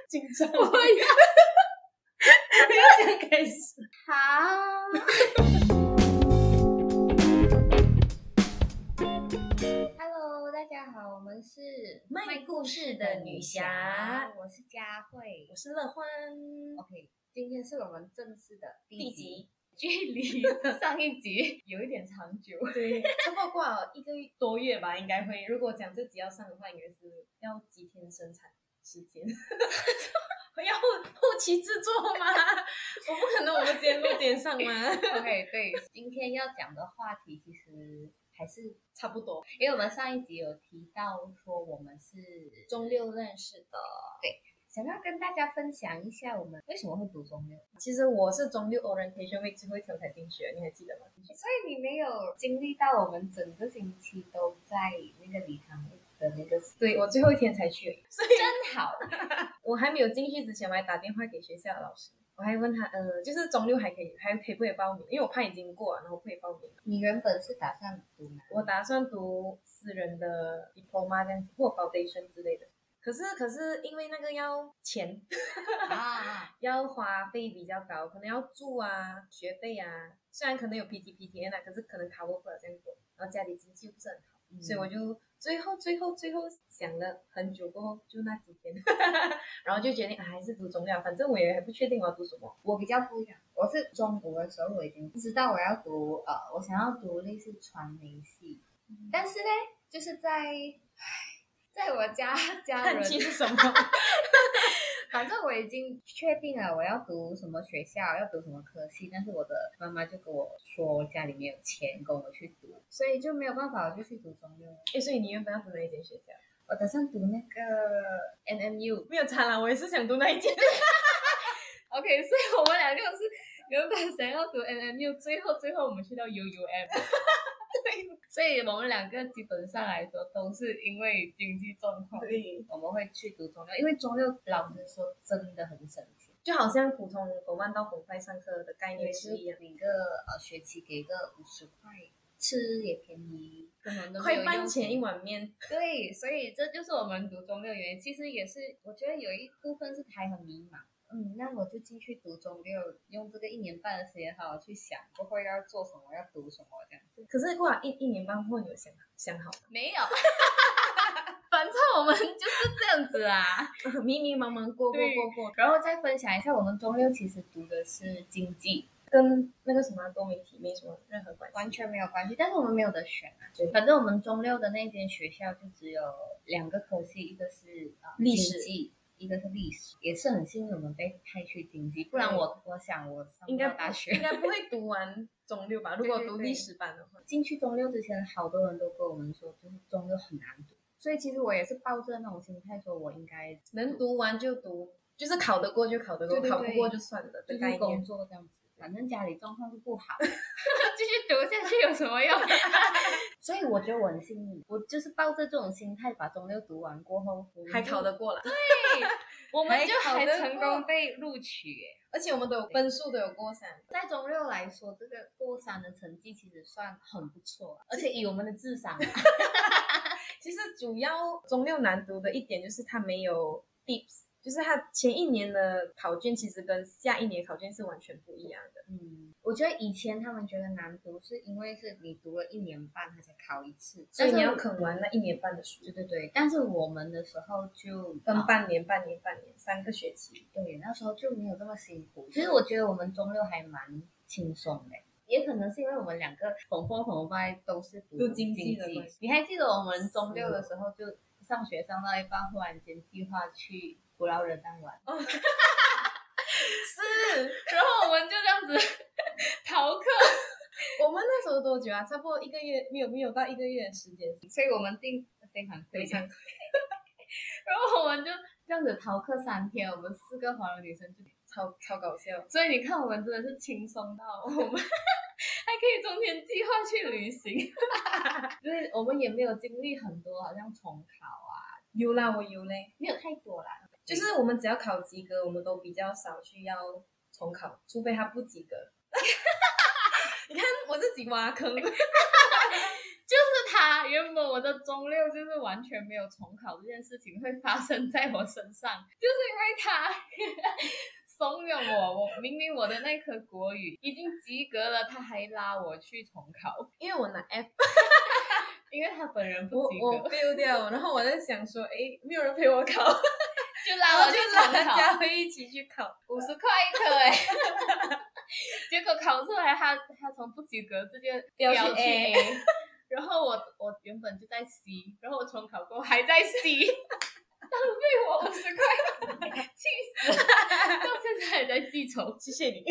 紧张。 我要不要想开始。 好。Hello， 大家好，我们是卖故事的女侠， 我是佳慧， 我是乐欢。 OK， 今天是我们正式的第一集， 距离上一集有一点长久， 对，差不多过了1个多月吧，应该会。如果讲这集要上的话，应该是要几天生产时间？要后期制作吗？我不可能，我们今天录今天上吗 ？OK， 对，今天要讲的话题其实还是差不多， 因为我们上一集有提到说我们是中六认识的， 对，想要跟大家分享一下我们为什么会读中六。 其实我是中六 orientation week 最后一天才进去，你还记得吗？ 所以你没有经历到我们整个星期都在那个礼堂的那个， 对，我最后一天才去， 所以真好。 我还没有进去之前，我还打电话给学校的老师，我还问他，就是中六还可以不可以报名？因为我怕已经过了，然后不可以报名。 你原本是打算读哪？ 我打算读私人的 diploma 这样子，或 foundation 之类的。可是因为那个要钱要花费比较高，可能要住啊、学费啊，虽然可能有 PT 啊，可是可能 cover 不了这样多，然后家里经济不是很好，所以我就最后想了很久过后，就那几天然后就决定还是读中药，反正我也还不确定我要读什么。 我比较不一样，我是中国的时候我已经知道我要读我想要读类似传媒系，但是呢就是在我家人是什么反正我已经确定了我要读什么学校，要读什么科系，但是我的妈妈就跟我说家里没有钱供我去读，所以就没有办法我就去读中六。 所以你原本要读哪一间学校？ 我打算读那个 NMU。 没有差啦，我也是想读那一间 OK， 所以我们俩就是原本想要读 NMU， 最后我们去到 UUM 所以我们两个基本上来说都是因为经济状况，我们会去读中六，因为中六老实说真的很省钱， 就好像普通逢慢到逢快上课的概念是一样， 一个学期给个50块，吃也便宜， 快半钱一碗面。 对，所以这就是我们读中六原因。其实也是我觉得有一部分是还很迷茫，那我就进去读中六，用这个1年半的时间好好去想过后要做什么，要读什么这样子。 可是过了一年半后，你有想好没有反正我们就是这样子啊迷迷茫茫过， 然后再分享一下，我们中六其实读的是经济， 跟那个什么多媒体没什么任何关系， 完全没有关系，但是我们没有得选啊。反正我们中六的那间学校就只有2个科系，一个是历史， 一个是历史，也是很幸运我们被派去经济，不然我想我上不了大学应该不会读完中六吧？如果读历史班的话， 进去中六之前，好多人都跟我们说，就是中六很难读，所以其实我也是抱着那种心态说，我应该能读完就读，就是考得过就考得过，考不过就算了的概念， 工作这样子。反正家里状况是不好继续读下去有什么用所以我觉得我很幸运，我就是抱着这种心态把中六读完过后还考得过了， 对我们就还成功被录取而且我们都有分数，都有过3， 在中六来说这个过3的成绩其实算很不错，而且以我们的智商其实主要中六难读的一点就是它没有 tips，就是他前1年的考卷其实跟下1年考卷是完全不一样的。 我觉得以前他们觉得难读是因为是你读了1年半他才考1次， 所以你要啃完那1年半的书。 对，但是我们的时候就分半年3个学期， 对，那时候就没有这么辛苦。其实我觉得我们中六还蛮轻松的，也可能是因为我们2个逢拜都是读经济的关系。 你还记得我们中六的时候就上学上到一半，忽然间计划去古老热蛋玩是， 然后我们就这样子逃课我们那时候多久啊？差不多1个月，没有到1个月的时间， 所以我们定非常贵然后我们就这样子逃课3天，我们4个华人女生就超搞笑。 所以你看我们真的是轻松到我们还可以中间计划去旅行就是我们也没有经历很多好像重考啊， 有啦，我有嘞， 没有太多啦， 就是我们只要考及格，我们都比较少去要重考，除非他不及格你看我自己挖坑就是他原本我的中六就是完全没有重考这件事情会发生在我身上，就是因为他怂恿我明明我的那科国语已经及格了，他还拉我去重考， 因为我拿 F。 因为他本人不及格， 我 fail 掉，然后我在想说，没有人陪我考， 就拉我去重考， 嘉辉一起去考 ，50块一科结果考出来他从不及格直接飙去 A， 然后我原本就在 C， 然后我重考过还在 C， 浪费我50块，气死了，到现在还在记仇， 谢谢你。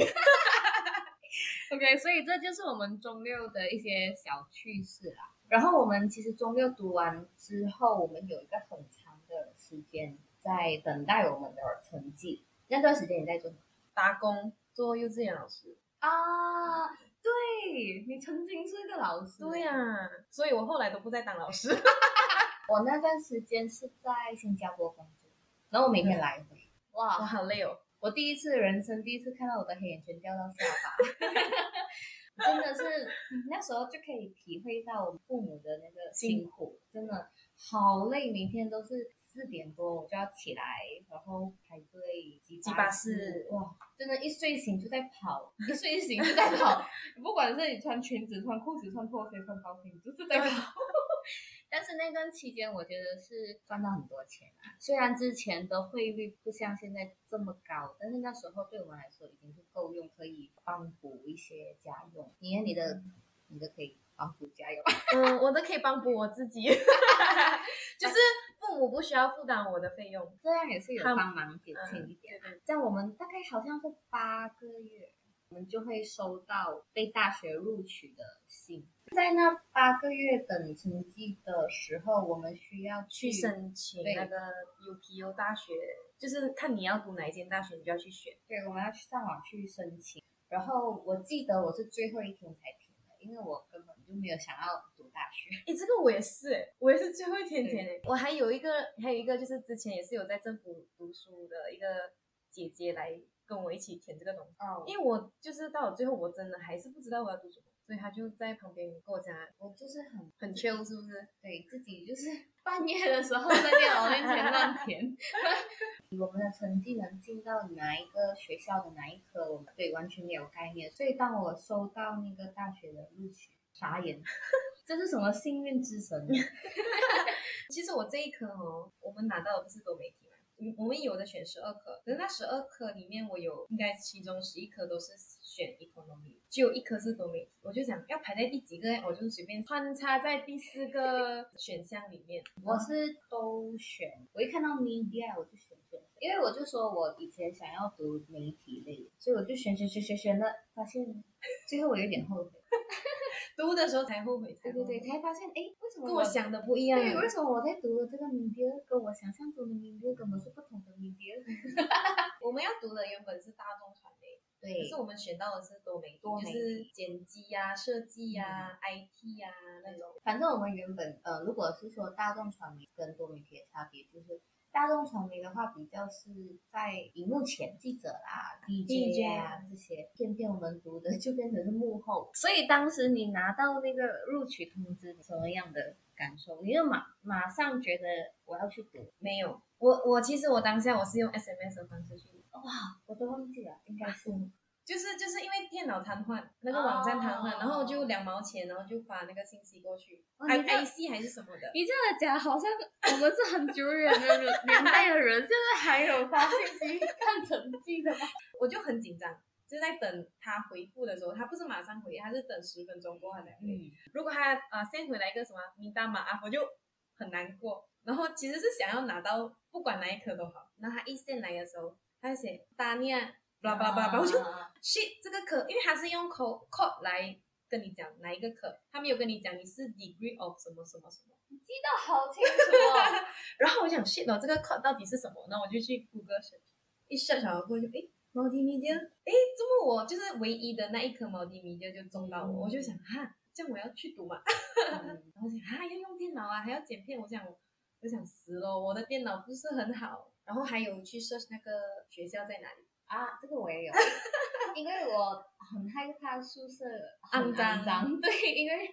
OK， 所以这就是我们中六的一些小趣事啦。然后我们其实中六读完之后，我们有一个很长的时间在等待我们的成绩。那段时间你在做什么？ 打工，做幼稚园老师啊。对，你曾经是个老师。 对啊，所以我后来都不再当老师。 我那段时间是在新加坡工作，然后我每天来回， 哇，好累哦。 我人生第一次看到我的黑眼圈掉到下巴。真的是那时候就可以体会到我们父母的那个辛苦，真的好累，每天都是4点多我就要起来，然后排队挤巴士，哇，真的，一睡醒就在跑，不管是你穿裙子、穿裤子、穿拖鞋、穿高跟，就是在跑。但是那段期间，我觉得是赚到很多钱啊。虽然之前的汇率不像现在这么高，但是那时候对我们来说已经是够用，可以帮补一些家用。你的可以帮补家用。 我的可以帮补我自己，就是父母不需要负担我的费用， 这样也是有帮忙减轻一点。这样我们大概好像是8个月，我们就会收到被大学录取的信。在那8个月等成绩的时候，我们需要去申请那个 UPU 大学，就是看你要读哪一间大学，你就要去选。 对，我们要去上网去申请。然后我记得我是最后一天才填的，因为我根本就没有想要读大学。 这个我也是，我也是最后一天填的。我还有一个就是之前也是有在政府读书的一个姐姐来跟我一起填这个东西。因为我就是到了最后，我真的还是不知道我要读什么。所以他就在旁边跟我讲， 我就是很 chill 是不是？ 对，自己就是半夜的时候在电脑面前乱填。我们的成绩能进到哪一个学校的哪一科，我们对完全没有概念。所以当我收到那个大学的录取，傻眼，这是什么幸运之神？ 其实我这一科我们拿到的不是多媒体。我们有的选12科，可是那12科里面我有应该其中11科都是选 economy， 只有1科是多媒体。我就想要排在第几个，我就随便穿插在第4个选项里面。 我是都选，我一看到 media 我就选，因为我就说我以前想要读媒体类，所以我就选了，发现最后我有点后悔。 读的时候才后悔， 对，才发现为什么跟我想的不一样？ 对，为什么我在读的这个 media 跟我想象中的 media 根本是不同的 media？ 我们要读的原本是大众传媒，对，可是我们选到的是多媒体，就是剪辑啊、设计啊、IT 啊那种。 反正我们原本如果是说大众传媒跟多媒体的差别，就是大众传媒的话比较是在荧幕前，记者啦、DJ 啊这些，偏我们读的就变成是幕后。所以当时你拿到那个录取通知，什么样的感受？你就马上觉得我要去读？ 没有，我其实我当下我是用 SMS 的方式去， 哇，我都忘记了，应该是。 就是因为电脑瘫痪，那个网站瘫痪，然后就2毛钱，然后就发那个信息过去，IC 还是什么的。 你这样讲好像我们是很久远的年代的人，就是还有发信息看成绩的吗？ 我就很紧张，就在等他回复的时候，他不是马上回，他是等10分钟过后才回。如果他先回来一个什么名单码我就很难过。然后其实是想要拿到不管哪一科都好，然后他一线来的时候，他就写Tania blah blah blah， 我就shit 这个课，因为他是用 code 来跟你讲哪一个课，他没有跟你讲你是 degree of 什么什么什么， 你记得好清楚然后我想 shit 这个课到底是什么，然后我就去 Google search， 一 search 过去multimedia， 怎么我就是唯一的那一科 multimedia 就中到我，我就想这样我要去读嘛，然后想要用电脑还要剪片，我想死咯，我的电脑不是很好，然后还有去 search 那个学校在哪里这个我也有，因为我很害怕宿舍很肮脏，对，因为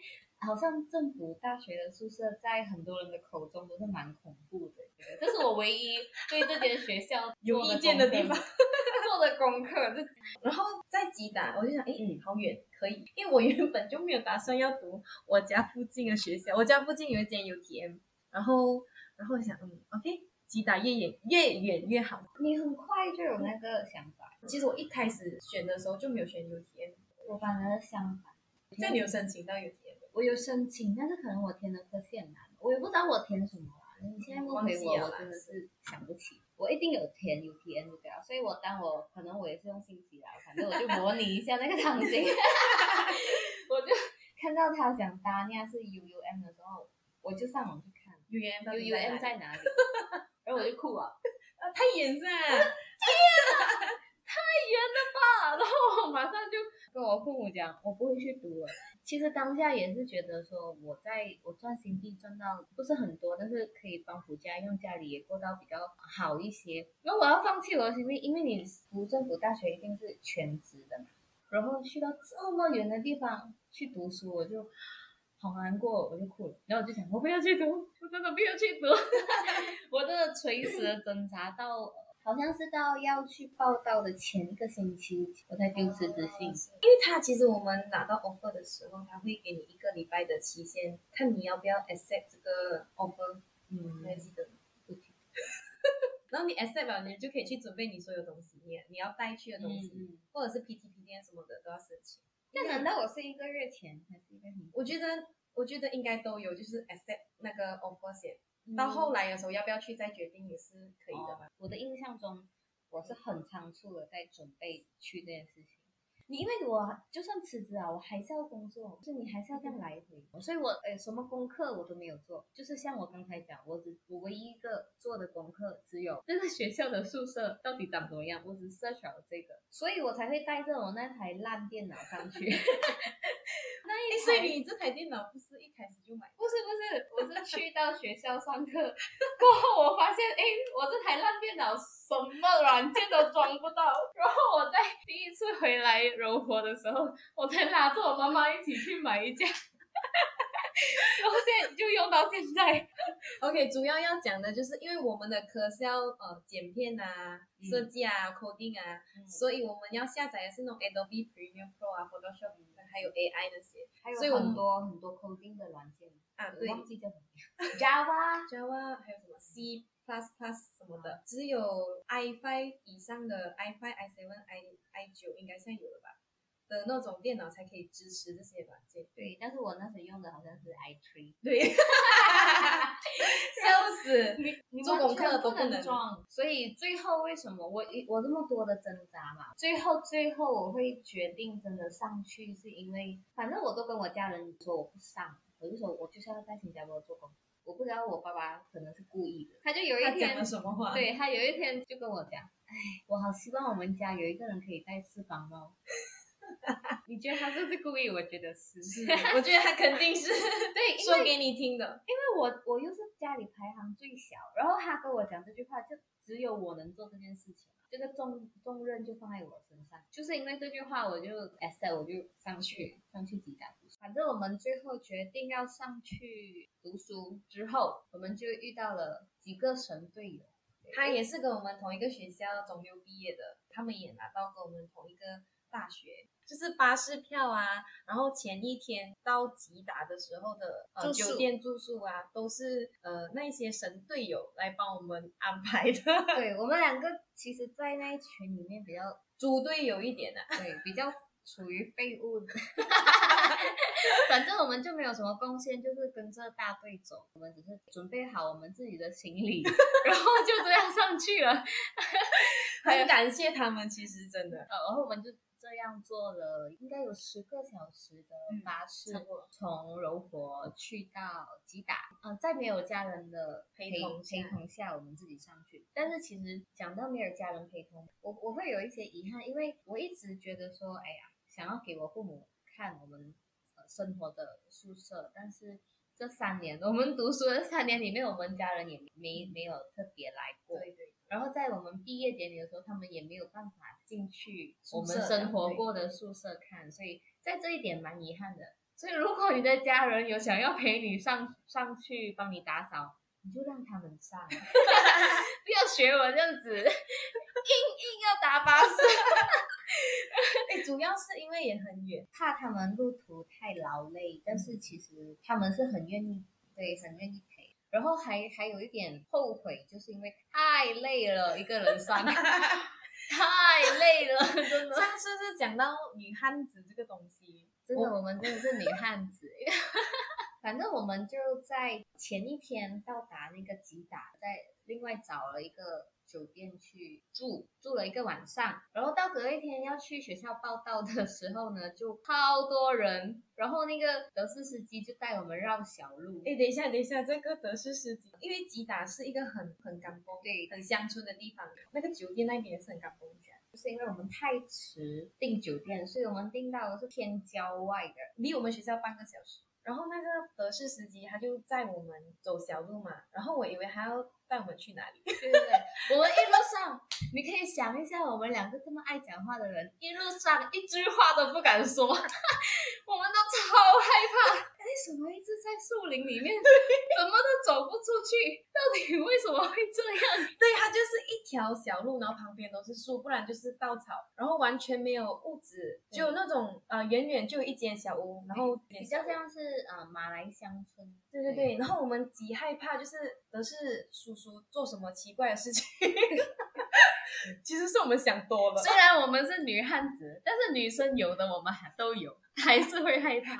好像政府大学的宿舍在很多人的口中都是蛮恐怖的，这是我唯一对这间学校有意见的地方做的功课。 然后在吉打，我就想，好远，可以，因为我原本就没有打算要读我家附近的学校，我家附近有一间 UTM， 然后我想，OK， 吉打越远越好。 你很快就有那个想法。 其实我一开始选的时候就没有选 UTM， 我反而相反。 这你有申请到 UTM？ 我有申请，但是可能我填的科系很难，我也不知道我填什么啊。你现在问回我，我真的是想不起。我一定有填 UTM 对啊，所以可能我也是用信息啦，反正我就模拟一下那个场景，我就看到他讲搭那是 UUM 的时候，我就上网去看 UUM 在哪里，然后我就哭了， 太远了， 太远了吧！然后我马上就跟我父母讲，我不会去读了。其实当下也是觉得说，我赚新币赚到不是很多，但是可以帮补家用，家里也过到比较好一些。然后我要放弃我的新币，因为你读政府大学一定是全职的嘛，然后去到这么远的地方去读书，我就好难过，我就哭了。然后我就想，我不要去读，我真的不要去读，我真的垂死的挣扎到。好像是到要去报到的前一个星期，我才丢辞职信。 因为他其实我们拿到 offer 的时候，他会给你1个礼拜的期限，看你要不要 accept 这个 offer。你还记得吗？不记得。然后你 accept 了，你就可以去准备你所有东西，你要带去的东西，或者是 PTPD 什么的都要申请。 那难道我是1个月前还是1个月？ 我觉得应该都有，就是 accept 那个 offer 先。到后来的时候要不要去再决定也是可以的吧。 我的印象中我是很仓促的在准备去这件事情。因为我就算辞职啊，我还是要工作，就是你还是要这样来回。所以我什么功课我都没有做，就是像我刚才讲，我唯一一个做的功课只有这个学校的宿舍到底长怎么样，我只 search 了这个，所以我才会带着我那台烂电脑上去。 所以你这台电脑不是一开始就买？ 不是，我是去到学校上课过后，我发现我这台烂电脑什么软件都装不到。然后我在第一次回来柔佛的时候，我才拉着我妈妈一起去买一架。然后现在就用到现在。 OK， 主要要讲的就是因为我们的科是要剪片啊、设计啊、coding 啊，所以我们要下载的是那种 Adobe Premiere Pro 啊、Photoshop， 还有 AI 那些， 还有很多 coding 的软件啊，对， 忘记叫什么 Java， 还有什么 C++ 什么的，只有 i5 以上的 i5、i7、i9 应该现在有了吧？的那种电脑才可以支持这些软件。 对，但是我那时用的好像是 i3。 对，笑死！ 你做功课都不能装，所以最后为什么我这么多的挣扎嘛？最后我会决定真的上去，是因为反正我都跟我家人说我不上，我就说我就是要在新加坡做工。我不知道我爸爸可能是故意的，他就有一天他讲了什么话？ 对，他有一天就跟我讲，我好希望我们家有一个人可以带4房猫。你觉得他是不是故意？我觉得是， 我觉得他肯定是对说给你听的。 因为我又是家里排行最小，然后他跟我讲这句话，就只有我能做这件事情，这个重任就放在我身上。就是因为这句话，我就 accept， 我就上去吉打读书。反正我们最后决定要上去读书之后，我们就遇到了几个神队友。 他也是跟我们同一个学校中六毕业的，他们也拿到跟我们同一个大学，就是巴士票啊，然后前一天到吉打的时候的酒店住宿啊，都是那些神队友来帮我们安排的。 对，我们2个其实在那一群里面比较猪队友一点啊， 对，比较属于废物的。反正我们就没有什么贡献，就是跟着大队走，我们只是准备好我们自己的行李，然后就这样上去了。 很感谢他们，其实真的。 然后我们就这样坐了应该有10个小时的巴士，从柔佛去到吉打。在没有家人的陪同下，我们自己上去。但是其实讲到没有家人陪同，我会有一些遗憾，因为我一直觉得说，想要给我父母看我们生活的宿舍，但是这3年我们读书的3年里面，我们家人也没有特别来过。 对。 然后在我们毕业典礼的时候，他们也没有办法进去我们生活过的宿舍看，所以在这一点蛮遗憾的。 所以如果你的家人有想要陪你上去帮你打扫，你就让他们上，不要学我这样子，硬要搭巴士。 主要是因为也很远， 怕他们路途太劳累，但是其实他们是很愿意，对，很愿意陪。然后还有一点后悔，就是因为太累了，一个人上，太累了，真的。 上次是讲到女汉子这个东西， 真的，我们真的是女汉子。反正我们就在前一天到达那个吉打，再另外找了一个酒店去住了一个晚上，然后到隔一天要去学校报到的时候呢，就超多人，然后那个德士司机就带我们绕小路。 等一下，这个德士司机，因为吉打是一个很港崩， 对， 很乡村的地方，那个酒店那边也是很港崩的。 就是因为我们太迟订酒店，所以我们订到的是偏郊外的， 离我们学校半个小时。然后那个德士司机他就载我们走小路嘛，然后我以为他要带我们去哪里。 对，我们一路上，你可以想一下，我们两个这么爱讲话的人，一路上一句话都不敢说，我们都超害怕。为什么一直在树林里面，怎么都走不出去？到底为什么会这样？ 对，它就是一条小路，然后旁边都是树，不然就是稻草，然后完全没有屋子，就那种远远就有一间小屋，然后比较像是马来乡村。 对，然后我们极害怕就是德士叔叔做什么奇怪的事情。其实是我们想多了， 虽然我们是女汉子，但是女生有的我们都有，还是会害怕。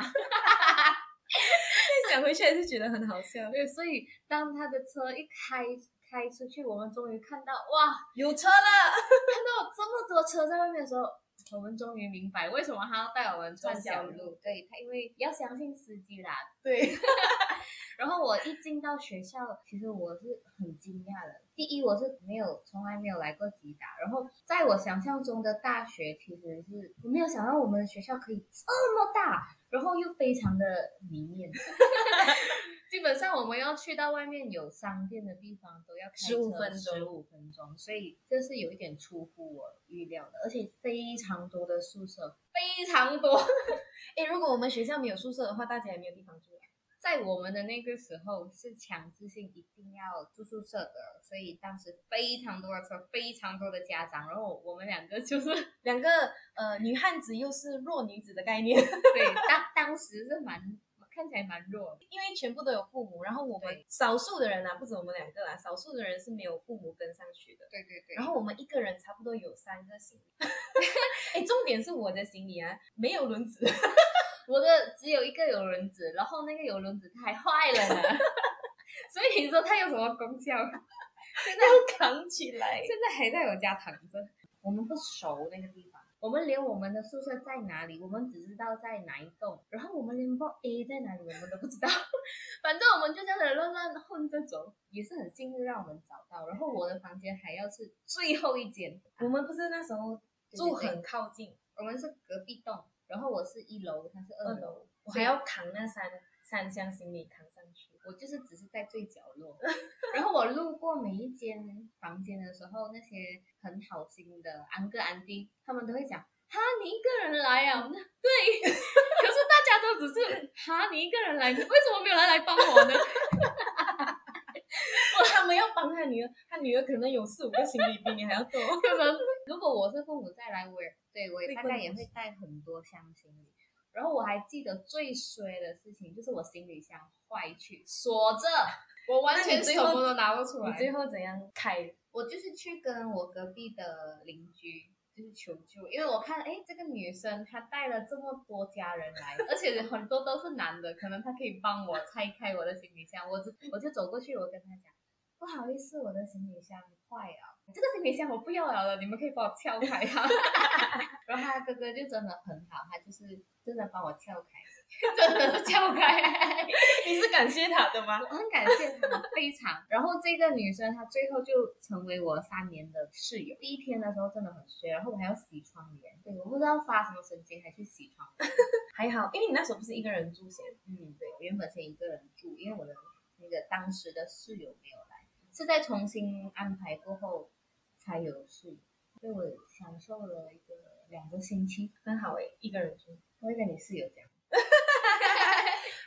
再想回去还是觉得很好笑。 对，所以当他的车一开出去，我们终于看到，哇， 有车了， 看到这么多车在外面的时候，我们终于明白为什么他要带我们穿小路。对，他因为要相信司机啦。 对。 然后我一进到学校，其实我是很惊讶的。第一，我是从来没有来过吉打，然后在我想象中的大学，其实是我没有想到我们的学校可以这么大，然后又非常的里面。基本上我们要去到外面有商店的地方都要开车15分钟，所以这是有一点出乎我预料的，而且非常多的宿舍，非常多。 如果我们学校没有宿舍的话，大家也没有地方住。 在我们的那个时候是强制性一定要住宿舍的，所以当时非常多的车，非常多的家长，然后我们两个就是两个女汉子又是弱女子的概念。 对，当时是看起来蛮弱的， 因为全部都有父母，然后我们少数的人不止我们两个啦，少数的人是没有父母跟上去的。 对， 然后我们一个人差不多有3个行李。重点是我的行李没有轮子。 我的只有一个有轮子，然后那个有轮子它还坏了呢。所以你说它有什么功效？现在要扛起来， 现在还在我家躺着。我们不熟那个地方，我们连我们的宿舍在哪里，我们只知道在哪一栋，然后我们连 block A 在哪里我们都不知道。反正我们就这样子乱混着走，也是很幸运让我们找到。然后我的房间还要是最后一间， 我们不是那时候住很靠近， 我们是隔壁栋。然后我是1楼，他是2楼， 我还要扛那三箱行李扛上去。 我就是只是在最角落。然后我路过每一间房间的时候，那些很好心的安哥安弟，他们都会讲：哈，你一个人来啊？对。可是大家都只是哈，你一个人来，为什么没有人来帮我呢？ 他们要帮他女儿，他女儿可能有4-5个行李比你还要多。 可能如果我是父母再来，我也大概也会带很多箱行李。然后我还记得最衰的事情就是我行李箱坏去锁着，我完全什么都拿不出来。 你最后怎样开？ 我就是去跟我隔壁的邻居就是求救，因为我看这个女生她带了这么多家人来，而且很多都是男的，可能她可以帮我拆开我的行李箱。我就走过去，我跟她讲，不好意思，我的行李箱坏了，这个行李箱我不要了，你们可以帮我撬开它。然后他哥哥就真的很好，他就是真的帮我撬开，真的是撬开。 你是感谢他的吗？ 我很感谢他，非常。然后这个女生她最后就成为我3年的室友。第1天的时候真的很衰，然后我还要洗窗帘，对，我不知道发什么神经还去洗窗帘。 还好，因为你那时候不是一个人住先。 对，我原本先一个人住，因为我的那个当时的室友没有来，是在重新安排过后才有室友，所以我享受了2个星期， 很好一个人住。 我会跟你室友讲。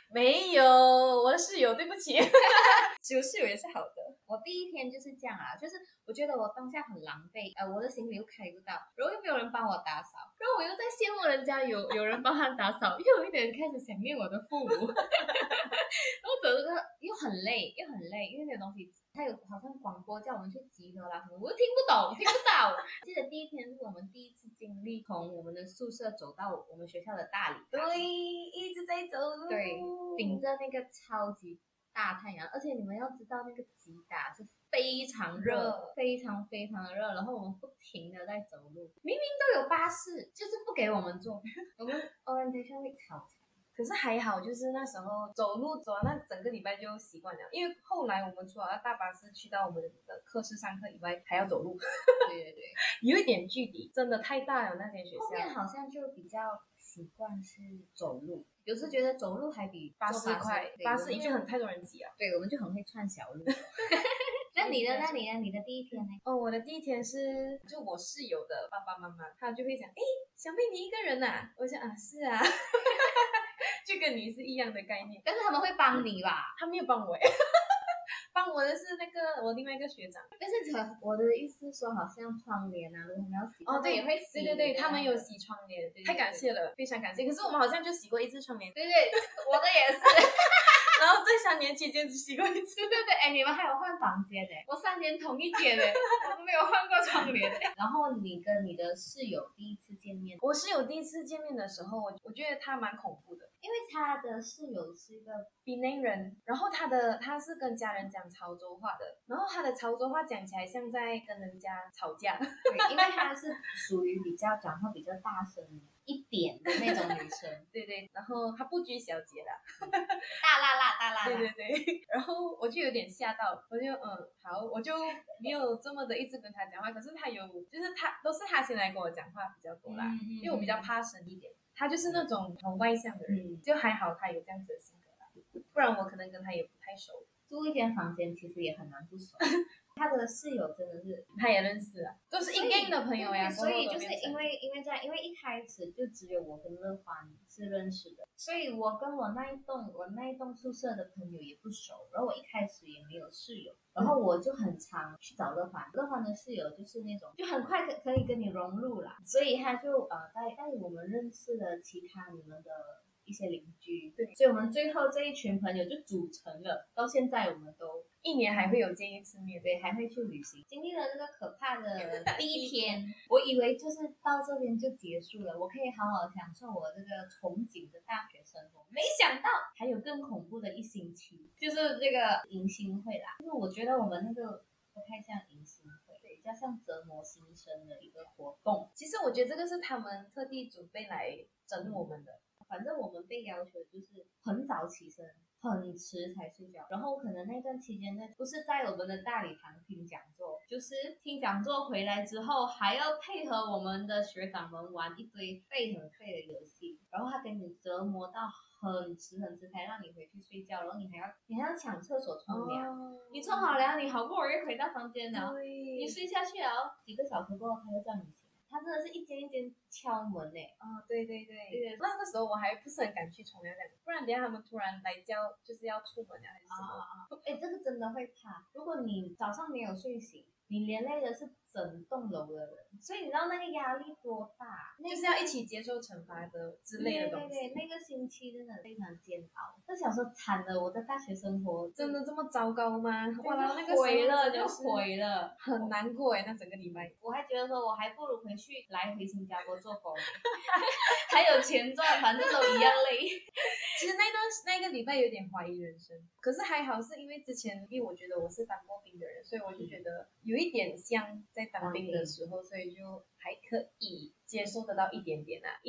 没有，我的室友，对不起。 有室友也是好的。我第一天就是这样啊，就是我觉得我当下很狼狈，我的行李又开不到，然后又没有人帮我打扫，然后我又在羡慕人家有人帮他打扫，又有一点开始想念我的父母，然后走着又很累，因为那个东西他有好像广播叫我们去集合啦，我又听不懂，听不到。记得第一天是我们第一次经历从我们的宿舍走到我们学校的大礼堂， 对，一直在走路， 对，顶着那个超级大太阳，而且你们要知道那个吉打是非常热，非常非常的热，然后我们不停的在走路，明明都有巴士，就是不给我们坐，我们 orientation week 吵架。 可是还好，就是那时候走路走完那整个礼拜就习惯了，因为后来我们除了要搭巴士去到我们的课室上课以外，还要走路。 对对对， 有一点距离，真的太大了那间学校。 后面好像就比较习惯是走路，有时觉得走路还比巴士快，巴士因为太多人挤啊。 对，我们就很会串小路。那你的第一天呢？ 哦，我的第一天是就我室友的爸爸妈妈，他就会讲，哎，小妹你一个人啊？我想啊，是啊。就跟你是一样的概念， 但是他们会帮你吧？ 他没有帮我，帮我的是那个我另外一个学长。 但是我的意思是说，好像窗帘啊，如果他们要洗， 哦，对， 也会洗。 对，他们有洗窗帘，太感谢了，非常感谢。可是我们好像就洗过一次窗帘。 对，我的也是。 然后在3年期间只洗过一次。 对，哎，你们还有换房间的，我3年同一间的，我都没有换过窗帘。然后你跟你的室友第一次见面， 我室友第一次见面的时候，我觉得他蛮恐怖的， 因为他的室友是一个槟榔人，然后他是跟家人讲潮州话的，然后他的潮州话讲起来像在跟人家吵架。 对，因为他是属于比较讲话比较大声一点的那种女生。 对，然后她不拘小节啦。 大辣辣。 对，然后我就有点吓到，我就好，我就没有这么的一直跟他讲话，可是他有，就是都是他先来跟我讲话比较多啦，因为我比较怕生一点，他就是那种很外向的人，就还好他有这样子的性格啦，不然我可能跟他也不太熟。 住一间房间其实也很难不熟。他的室友真的是， 他也认识啊，都是一 gang 的朋友呀。 所以就是因为这样，因为一开始就只有我跟乐欢是认识的，所以我跟我那一栋宿舍的朋友也不熟，然后我一开始也没有室友，然后我就很常去找乐欢，乐欢的室友就是那种就很快可以跟你融入啦，所以他就带我们认识了其他你们的一些邻居，对，所以我们最后这一群朋友就组成了，到现在我们都 1年还会有见一次面， 对，还会去旅行。经历了那个可怕的第一天，我以为就是到这边就结束了，我可以好好享受我这个憧憬的大学生活，没想到还有更恐怖的1星期，就是这个迎新会啦。就是我觉得我们那个不太像迎新会，比较像折磨新生的一个活动。 其实我觉得这个是他们特地准备来整我们的。 反正我们被要求就是很早起身，很迟才睡觉，然后可能那段期间呢，不是在我们的大礼堂听讲座，就是听讲座回来之后，还要配合我们的学长们玩一堆很废的游戏，然后他给你折磨到很迟才让你回去睡觉，然后你还要抢厕所冲凉，你冲好凉，你好不容易回到房间了，你睡下去了，几个小时过后他又叫你醒。他真的是一间一间敲门诶。 对，那个时候我还不是很敢去冲凉，不然等下他们突然来叫，就是要出门了还是什么。 这个真的会怕。如果你早上没有睡醒，你连累的是整栋楼的人，所以你知道那个压力多大？ 就是要一起接受惩罚的之类的东西。 对，那个星期真的非常煎熬。那想说惨了，我的大学生活真的这么糟糕吗？ 哇，那个毁了， 很难过那整个礼拜。 我还觉得说，我还不如回回新加坡做工，还有钱赚，反正都一样累。 其实那个礼拜有点怀疑人生，可是还好是因为之前，因为我觉得我是当过兵的人，所以我就觉得有一点像在当兵的时候，所以就还可以接受得到一点点啊。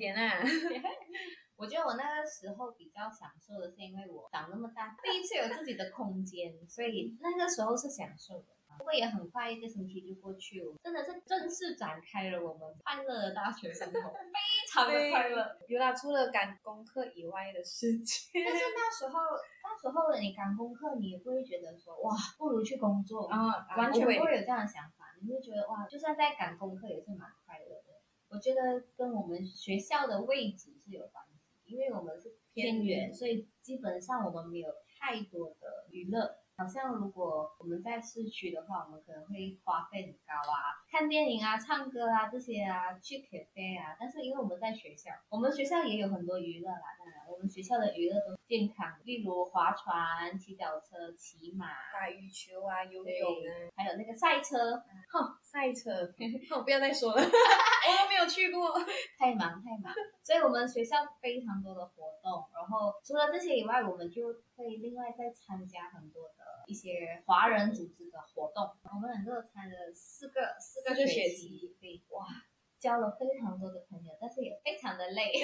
我觉得我那个时候比较享受的是，因为我长那么大，第一次有自己的空间，所以那个时候是享受的。不过也很快1个星期就过去了，真的是正式展开了我们快乐的大学生活，非常的快乐。 有啦，除了赶功课以外的事情。 但是那时候你赶功课，你也不会觉得说哇，不如去工作完全不会有这样的想法，你会觉得哇，就算在赶功课也是蛮快乐的。我觉得跟我们学校的位置是有关系。因因为我们是偏远，所以基本上我们没有太多的娱乐。好像如果我们在市区的话，我们可能会花费很高啊，看电影啊、唱歌啊这些啊，去 cafe 啊。但是因为我们在学校，我们学校也有很多娱乐啦。当然，我们学校的娱乐都健康，例如划船、骑脚车、骑马、 打羽球啊、游泳啊， 还有那个赛车。 赛车，不要再说了，我都没有去过， 太忙。所以我们学校非常多的活动，然后除了这些以外，我们就会另外再参加很多的一些华人组织的活动。我们两个参了四个学期，对，哇，交了非常多的朋友，但是也非常的累，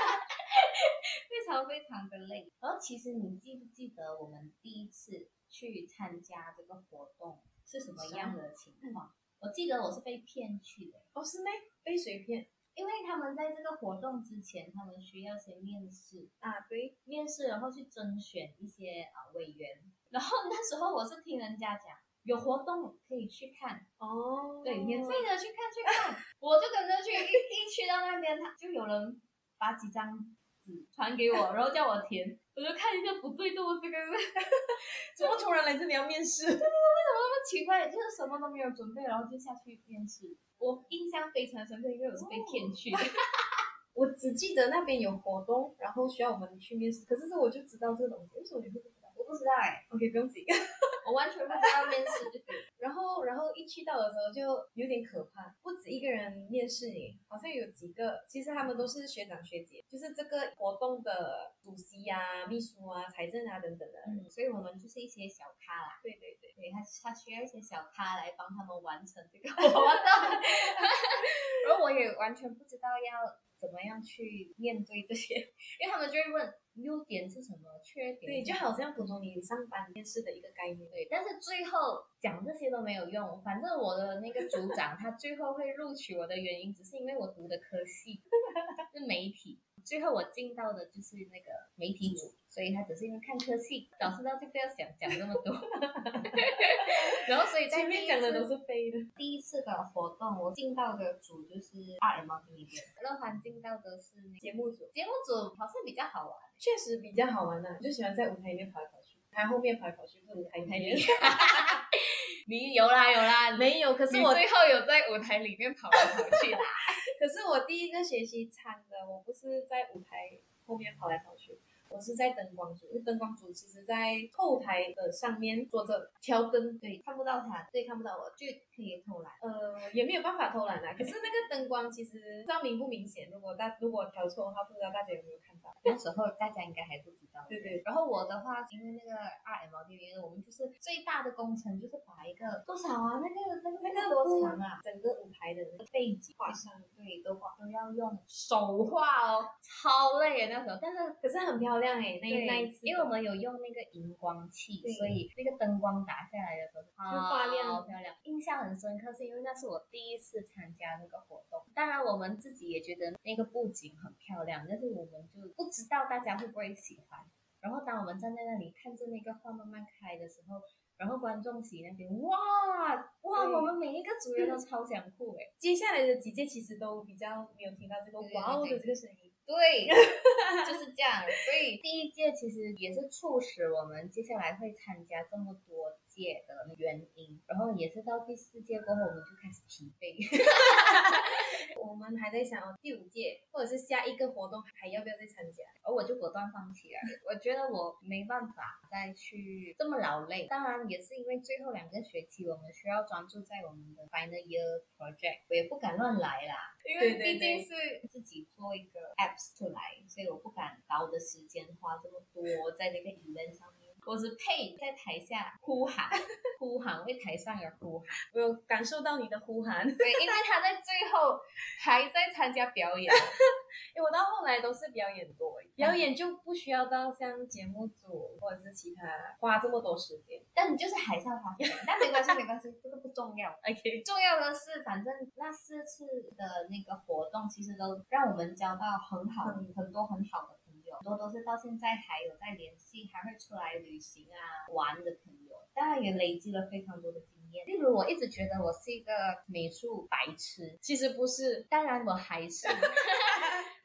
非常的累。然后其实你记不记得我们第一次去参加这个活动是什么样的情况？我记得我是被骗去的。 哦，是吗？被谁骗？ 因为他们在这个活动之前，他们需要先面试啊，对， 面试然后去甄选一些委员。然后那时候我是听人家讲有活动可以去看哦， 对，免费的去看，我就跟着去，一去到那边，就有人把几张纸传给我，然后叫我填，我就看一下不对，这个是怎么突然来这里要面试？ 对，为什么那么奇怪？就是什么都没有准备，然后就下去面试。我印象非常深刻，因为我是被骗去的。 我只记得那边有活动，然后需要我们去面试，可是我就知道这个东西，为什么你会不知道？ 我不知道 OK， 不用急， 我完全不知道面试就可以。 然后一去到的时候就有点可怕，不止一个人面试你，好像有几个，其实他们都是学长学姐，就是这个活动的主席啊、秘书啊、财政啊等等的。 所以我们就是一些小咖啦。 对， 他需要一些小咖来帮他们完成这个活动。然后我也完全不知道要怎么样去面对这些，因为他们就会问优点是什么，缺点。 对，就好像普通你上班面试的一个概念。 对，但是最后讲这些都没有用，反正我的那个组长他最后会录取我的原因，只是因为我读的科系是媒体。最后我进到的就是那个媒体组，所以他只是因为看科系，早知道就不要讲这么多。然后所以在前面讲的都是飞的。 第一次的活动，我进到的组就是 RMO 那边，乐环进到的是节目组。 节目组好像比较好玩， 确实比较好玩就喜欢在舞台里面跑来跑去，台后面跑来跑去，不能台里面。 你有啦， 没有，可是我最后有在舞台里面跑来跑去啦。 可是我第一个学期参的，我不是在舞台后面跑来跑去，我是在灯光组。因为灯光组其实在后台的上面坐着调灯， 对，看不到他， 对，看不到我， 就可以偷懒。 也没有办法偷懒啦。可是那个灯光其实不知道明不明显，如果调错的话，不知道大家有没有看到。 那时候大家应该还不知道。 对。 然后我的话，因为那个 RMOD， 我们就是最大的工程就是把一个多少啊，那个多长啊， 整个舞台的那个背景画上， 对，都要用手画哦，超累那时候。但是可是很漂亮那一次， 因为我们有用那个荧光器，所以那个灯光打下来的时候发亮， 好漂亮。印象很深刻，是因为那是我第一次参加那个活动。当然，我们自己也觉得那个布景很漂亮，但是我们就不知道大家会不会喜欢。然后当我们站在那里看着那个画慢慢开的时候，然后观众席那边，哇，我们每一个组员都超想哭接下来的几届其实都比较没有听到这个哇哦的这个声音。 对，就是这样。所以第一届其实也是促使我们接下来会参加这么多届的原因。然后也是到第4届过后，我们就开始疲惫。 我们还在想第5届或者是下一个活动还要不要再参加， 而我就果断放弃了。我觉得我没办法再去这么劳累。当然也是因为最后2个学期我们需要专注在我们的 final year project， 我也不敢乱来啦，因为毕竟是自己做一个 apps 出来，所以我不敢把我的时间花这么多在那个 event 上面。我是配在台下呼喊，为台上人呼喊。 我有感受到你的呼喊。 对，因为他在最后还在参加表演。 我到后来都是表演多，表演就不需要到像节目组或者是其他花这么多时间， 但你就是还是要花时间。但没关系，这个不重要。 OK， 重要的是，反正那4次的那个活动，其实都让我们交到很多很好的朋友，很多都是到现在还有在联系，还会出来旅行啊玩的朋友。当然也累积了非常多的经验。例如我一直觉得我是一个美术白痴， 其实不是， 当然我还是。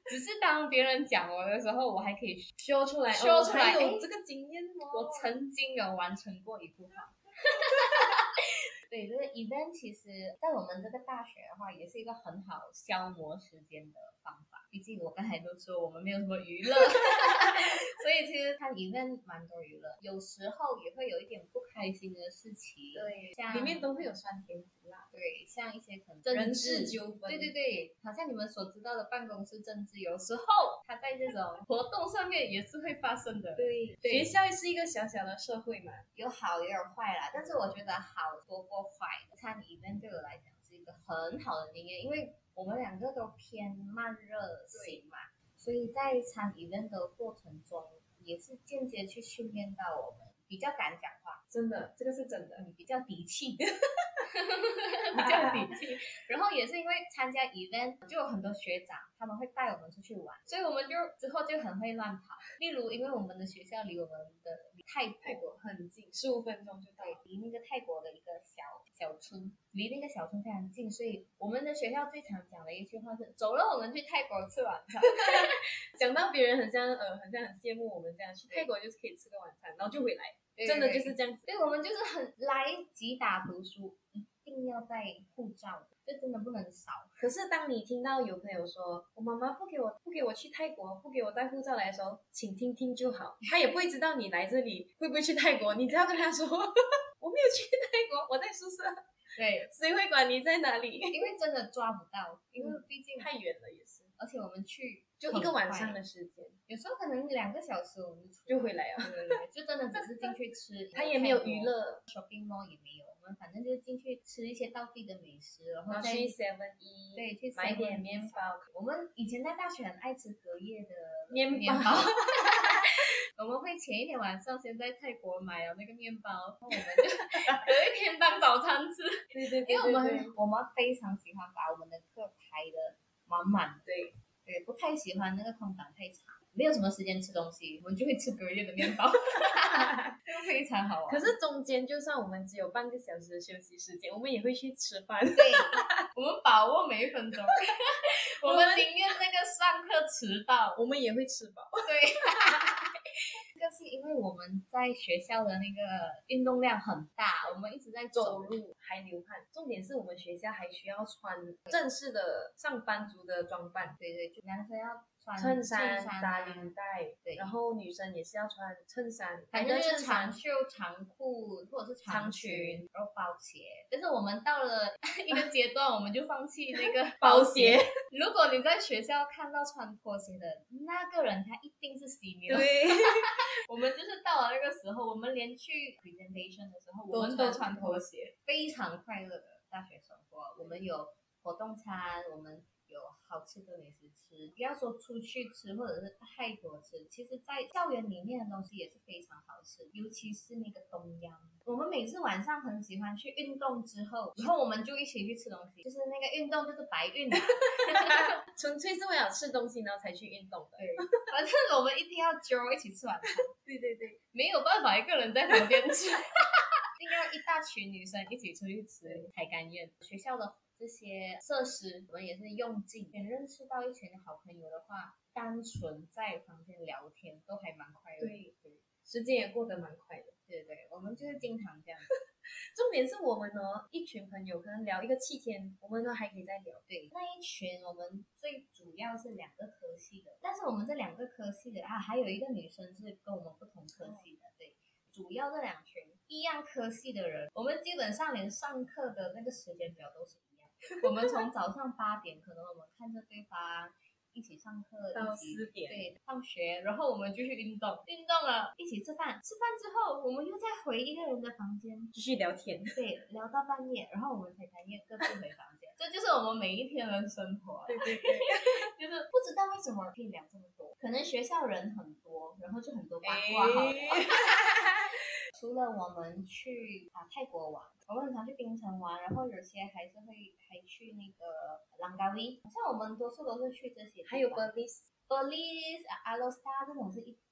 只是当别人讲我的时候，我还可以说出来， 还有这个经验吗？ 我曾经有完成过一部画。对，这个 event 其实在我们这个大学的话，也是一个很好消磨时间的方法。毕竟我刚才都说我们没有什么娱乐，所以其实看 event 蛮多娱乐，有时候也会有一点不开心的事情。 对， 像里面都会有酸甜苦辣。 对，像一些可能人事纠纷。 对对对，好像你们所知道的办公室政治，有时候它在这种活动上面也是会发生的。 对，学校是一个小小的社会嘛， 有好也有坏啦。但是我觉得好多过坏的。参与 event 对我来讲是一个很好的经验，因为我们两个都偏慢热型嘛，所以在参与 event 的过程中，也是间接去训练到我们比较敢讲话。 真的，这个是真的， 比较底气。比较底气，然后也是因为参加 event 就有很多学长他们会带我们出去玩，所以我们就之后就很会乱跑。例如因为我们的学校离我们的泰国很近，15分钟就到，离那个泰国的一个小村，离那个小村非常近，所以我们的学校最常讲的一句话是走了我们去泰国吃晚餐。 讲到别人很像很羡慕我们这样去泰国就是可以吃个晚餐然后就回来，真的就是这样子。 对，我们就是很来吉打读书一定要带护照，这真的不能少。 可是当你听到有朋友说我妈妈不给我去泰国，不给我带护照来的时候，请听听就好，他也不会知道你来这里会不会去泰国，你只要跟他说我没有去泰国，我在宿舍。 对， 谁会管你在哪里？ 因为真的抓不到，因为毕竟太远了也是， 而且我们去就一个晚上的时间， 有时候可能2个小时我们就回来了。 对，就真的只是进去吃， 他也没有娱乐 ，shopping mall 也没有，我们反正就是进去吃一些道地的美食，然后再去 7-E， 对，去买点面包。 我们以前在大学很爱吃隔夜的面包。 我们会前一天晚上先在泰国买了那个面包，然后我们就隔一天当早餐吃。 对对， 因为我们非常喜欢把我们的课排的满满的，对，不太喜欢那个空档太长，没有什么时间吃东西，我们就会吃隔夜的面包，就非常好玩。 可是中间就算我们只有半个小时的休息时间，我们也会去吃饭。 对，我们把握每一分钟。我们宁愿那个上课迟到， 我们也会吃饱。 对。这是因为我们在学校的那个运动量很大，我们一直在走路还流汗。重点是我们学校还需要穿正式的上班族的装扮。 对对，就男生要穿衬衫打领带， 对， 然后女生也是要穿衬衫， 反正就是长袖长裤或者是长裙，然后包鞋。但是我们到了一个阶段，我们就放弃那个包鞋。如果你在学校看到穿拖鞋的那个人，他一定是 senior。 对。 我们就是到了那个时候，我们连去 presentation 的时候，我们都穿拖鞋，非常快乐的大学生活。我们有活动餐，我们有好吃的美食吃，不要说出去吃或者是泰国吃，其实在校园里面的东西也是非常好吃，尤其是那个冬阴。我们每次晚上很喜欢去运动之后，然后我们就一起去吃东西，就是那个运动就是白运啊。 纯粹是为了吃东西然后才去运动的。 对，反正我们一定要揪一起吃晚餐。 对对对， 没有办法一个人在旁边吃。一定要一大群女生一起出去吃才甘愿。学校的这些设施我们也是用尽，认识到一群好朋友的话，单纯在房间聊天都还蛮快乐的。 对，时间也过得蛮快的。 对对，我们就是经常这样子。 重点是我们呢，一群朋友可能聊一个7天，我们呢还可以再聊。 对，那一群我们最主要是2个科系的，但是我们这2个科系的还有一个女生是跟我们不同科系的。对，主要这2群一样科系的人，我们基本上连上课的那个时间表都是一样。我们从早上8点，可能我们看着对方一起上课到4点， 对，放学，然后我们就去运动了，一起吃饭，吃饭之后我们又再回一个人的房间继续聊天， 对，聊到半夜，然后我们才甘愿各自回房间。这就是我们每一天的生活。 对对对， 就是不知道为什么可以聊这么多，可能学校人很多，然后就很多八卦好聊。除了我们去泰国玩，我们很常去槟城玩，然后有些还去那个兰卡威，好像我们多数都是去这些地方。 还有 Belize、 阿罗斯塔这种是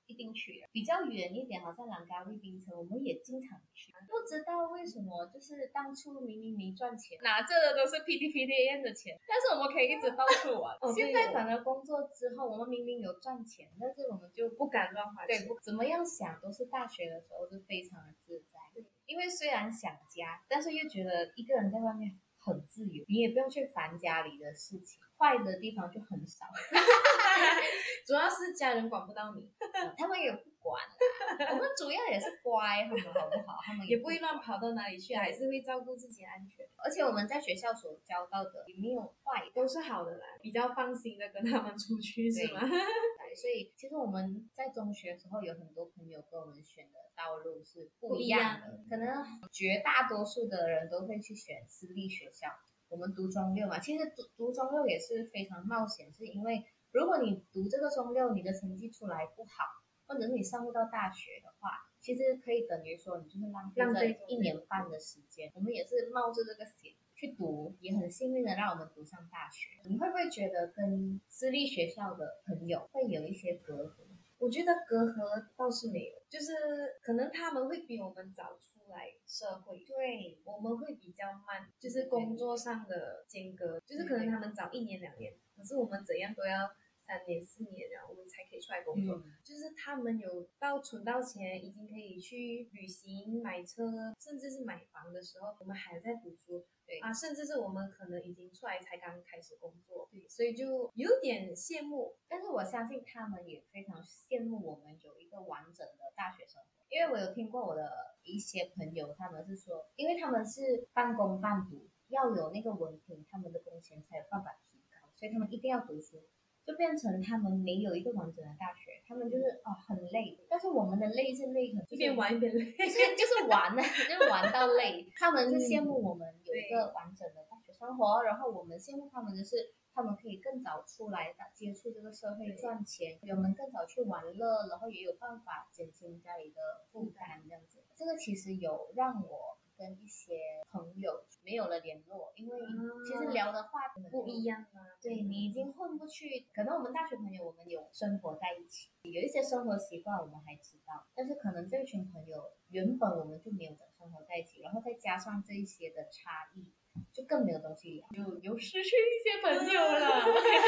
一定去的。比较远一点，好像兰卡威冰城，我们也经常去。不知道为什么，就是当初明明没赚钱，拿着的都是 PTPTN 的钱，但是我们可以一直到处玩。现在反而工作之后，我们明明有赚钱，但是我们就不敢乱花钱。 对，怎么样想都是大学的时候是非常的自在。因为虽然想家，但是又觉得一个人在外面很自由，你也不用去烦家里的事情，坏的地方就很少。 主要是家人管不到你， 他们也不管啦。我们主要也是乖，他们好不好？他们也不会乱跑到哪里去，还是会照顾自己安全。 而且我们在学校所教到的也没有坏， 都是好的啦，比较放心的跟他们出去，是吗？ 对，所以其实我们在中学的时候有很多朋友跟我们选的道路是不一样的，可能绝大多数的人都会去选私立学校。我们读中六嘛，其实读中六也是非常冒险，是因为如果你读这个中六，你的成绩出来不好，或者是你上不到大学的话，其实可以等于说你就是浪费这1年半的时间。我们也是冒着这个险去读，也很幸运的让我们读上大学。你会不会觉得跟私立学校的朋友会有一些隔阂？ 我觉得隔阂倒是没有，就是可能他们会比我们早出来社会， 对， 我们会比较慢，就是工作上的间隔，就是可能他们早1年2年，可是我们怎样都要3年4年，然后我们才可以出来工作。就是他们有存到钱，已经可以去旅行、买车，甚至是买房的时候，我们还在读书。对啊，甚至是我们可能已经出来才刚开始工作，对，所以就有点羡慕。 但是我相信他们也非常羡慕我们有一个完整的大学生活，因为我有听过我的一些朋友，他们是说，因为他们是半工半读，要有那个文凭，他们的工钱才有办法提高，所以他们一定要读书。就变成他们没有一个完整的大学，他们就是很累。但是我们的累是累， 一边玩一边累， 就是玩呢，就是玩到累。他们是羡慕我们有一个完整的大学生活，然后我们羡慕他们的是，他们可以更早出来接触这个社会赚钱，我们更早去玩乐，然后也有办法减轻家里的负担这样子。这个其实有让我跟一些朋友没有了联络，因为其实聊的话不一样嘛。 对，你已经混不去，可能我们大学朋友我们有生活在一起，有一些生活习惯我们还知道，但是可能这一群朋友原本我们就没有生活在一起，然后再加上这一些的差异，就更没有东西聊，就有失去一些朋友了。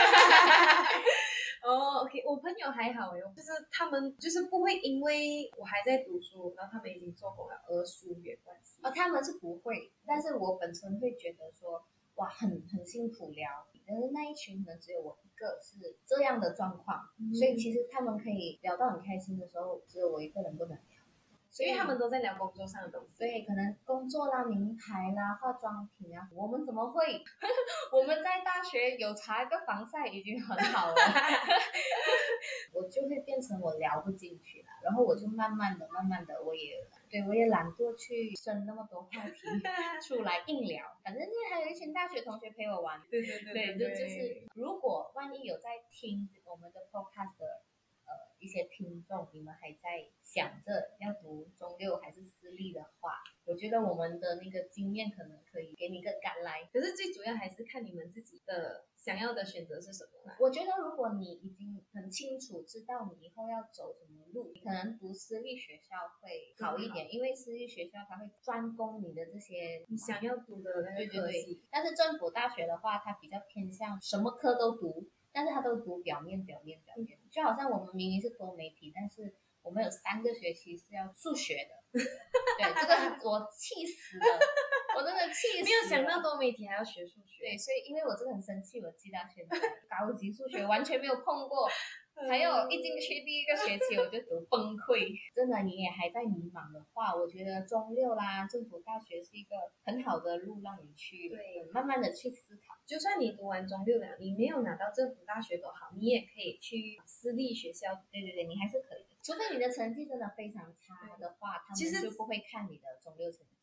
OK， 我朋友还好哟，就是他们就是不会因为我还在读书，然后他们已经做工了而疏远关系。 他们是不会，但是我本身会觉得说，哇，很辛苦聊，但是那一群可能只有我一个是这样的状况，所以其实他们可以聊到很开心的时候，只有我一个人不能聊。 因为他们都在聊工作上的东西， 对，可能工作啦、名牌啦、化妆品啊，我们怎么会？我们在大学有擦一个防晒已经很好了，我就会变成我聊不进去了，然后我就慢慢的，我也懒惰去生那么多话题出来硬聊，反正还有一群大学同学陪我玩。 对， 就是如果万一有在听我们的 podcast 的一些听众，你们还在想着要读中六还是私立的话，我觉得我们的那个经验可能可以给你一个感来。 可是最主要还是看你们自己的想要的选择是什么啦。 我觉得如果你已经很清楚知道你以后要走什么路，你可能读私立学校会好一点，因为私立学校它会专攻你的这些你想要读的那个科系。 但是政府大学的话，它比较偏向什么科都读，但是它都读表面，就好像我们明明是多媒体，但是我们有3个学期是要数学的。对，这个我气死了，我真的气死了。 没有想到多媒体还要学数学。 对，所以因为我真的很生气，我记到现在高级数学完全没有碰过。还有一进去第1个学期我就读崩溃，真的你也还在迷茫的话，我觉得中六啦，政府大学是一个很好的路让你去慢慢的去思考。 就算你读完中六了，你没有拿到政府大学都好，你也可以去私立学校。 对，你还是可以的，除非你的成绩真的非常差的话，他们就不会看你的中六成绩。 对，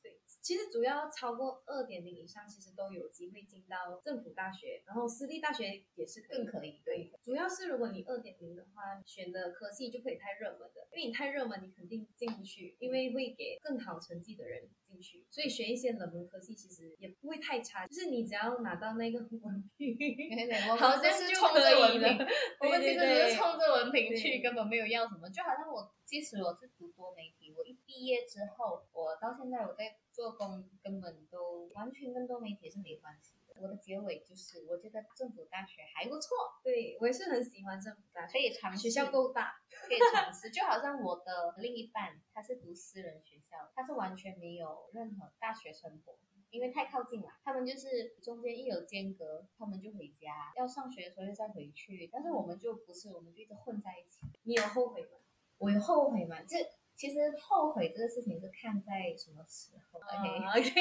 其实主要超过2.0以上，其实都有机会进到政府大学，然后私立大学也是更可以。 对，主要是如果你2.0的话，选的科系就可以太热门的，因为你太热门，你肯定进不去，因为会给更好成绩的人进去，所以选一些冷门科系其实也不会太差，就是你只要拿到那个文凭， 好像是冲着文凭，我们其实只是冲着文凭去，根本没有要什么。就好像即使我是读多媒体，我一毕业之后，我到现在我在做工，根本都完全跟多媒体是没关系的。我的结尾就是，我觉得政府大学还不错， 对我也是很喜欢政府大学， 可以尝试， 学校够大， 可以尝试。就好像我的另一半，他是读私人学校，他是完全没有任何大学生活。因为太靠近了，他们就是中间一有间隔，他们就回家，要上学的时候又再回去。但是我们就不是，我们就一直混在一起。 你有后悔吗？ 我有后悔吗？其实后悔这个事情是看在什么时候。OK，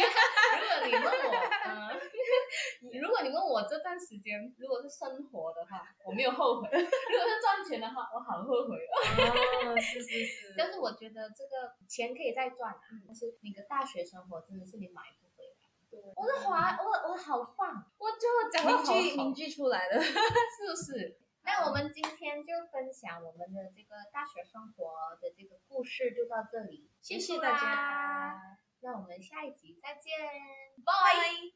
如果你问我这段时间，如果是生活的话，我没有后悔；如果是赚钱的话，我好后悔哦。是。 但是我觉得这个钱可以再赚但是那个大学生活真的是你买不回来。我好棒，我就讲到名句出来了， 是不是？那我们今天就分享我们的这个大学生活的这个故事就到这里， 谢谢大家， 那我们下一集再见，拜。